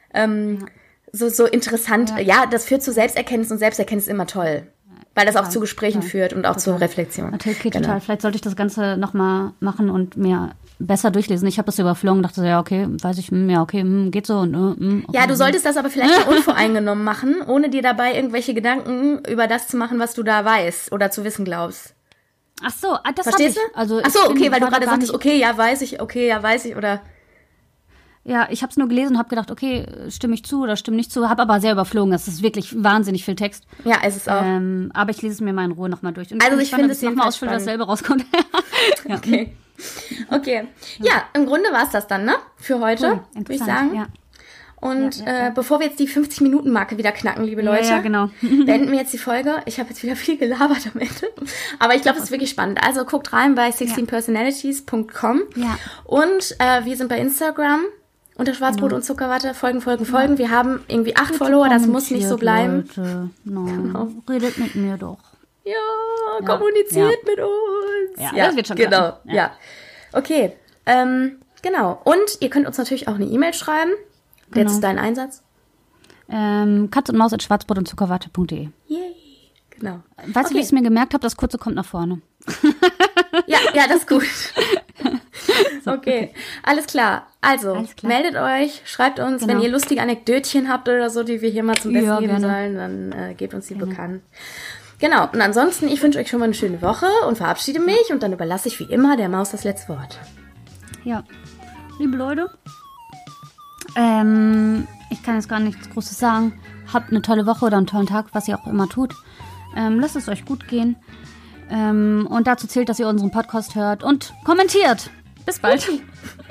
so interessant, das führt zu Selbsterkenntnis und Selbsterkenntnis ist immer toll. Weil das auch zu Gesprächen führt und auch zur Reflexion. Natürlich, okay, total. Vielleicht sollte ich das Ganze nochmal machen und mir besser durchlesen. Ich habe das überflogen und dachte so, ja, okay, weiß ich, geht so. Und, okay. Ja, du solltest das aber vielleicht mal unvoreingenommen machen, ohne dir dabei irgendwelche Gedanken über das zu machen, was du da weißt oder zu wissen glaubst. Ach so, das verstehst du? Also ach so, okay, weil du gerade sagtest, okay, ja, weiß ich, oder... Ja, ich habe es nur gelesen und habe gedacht, okay, stimme ich zu oder stimme nicht zu. Habe aber sehr überflogen. Das ist wirklich wahnsinnig viel Text. Ja, es ist auch. Aber ich lese es mir mal in Ruhe nochmal durch. Und also ich finde es nochmal ausführlich, dass dasselbe rauskommt. Ja. Okay. Ja, im Grunde war es das dann, ne? Für heute, würde ich sagen. Ja. Und bevor wir jetzt die 50-Minuten-Marke wieder knacken, liebe Leute, genau. beenden wir jetzt die Folge. Ich habe jetzt wieder viel gelabert am Ende. Aber ich glaube, es ist wirklich spannend. Also guckt rein bei 16personalities.com. Ja. Und wir sind bei Instagram. Unter Schwarzbrot und Zuckerwatte, folgen. Wir haben irgendwie 8 Follower, das muss nicht so bleiben. Leute. Genau. Redet mit mir doch. Ja, kommuniziert mit uns. Ja, das wird schon genau. Ja. Okay, genau. Und ihr könnt uns natürlich auch eine E-Mail schreiben. Genau. Jetzt ist dein Einsatz. katz-und-maus@schwarzbrot-und-zuckerwatte.de. Yay, genau. Weißt du, wie ich es mir gemerkt habe? Das Kurze kommt nach vorne. Ja, das ist gut. Okay, alles klar. Also, meldet euch, schreibt uns, wenn ihr lustige Anekdötchen habt oder so, die wir hier mal zum Besten geben sollen, dann gebt uns die bekannt. Genau, und ansonsten, ich wünsche euch schon mal eine schöne Woche und verabschiede mich und dann überlasse ich wie immer der Maus das letzte Wort. Ja, liebe Leute, ich kann jetzt gar nichts Großes sagen. Habt eine tolle Woche oder einen tollen Tag, was ihr auch immer tut. Lasst es euch gut gehen. Und dazu zählt, dass ihr unseren Podcast hört und kommentiert. Bis bald.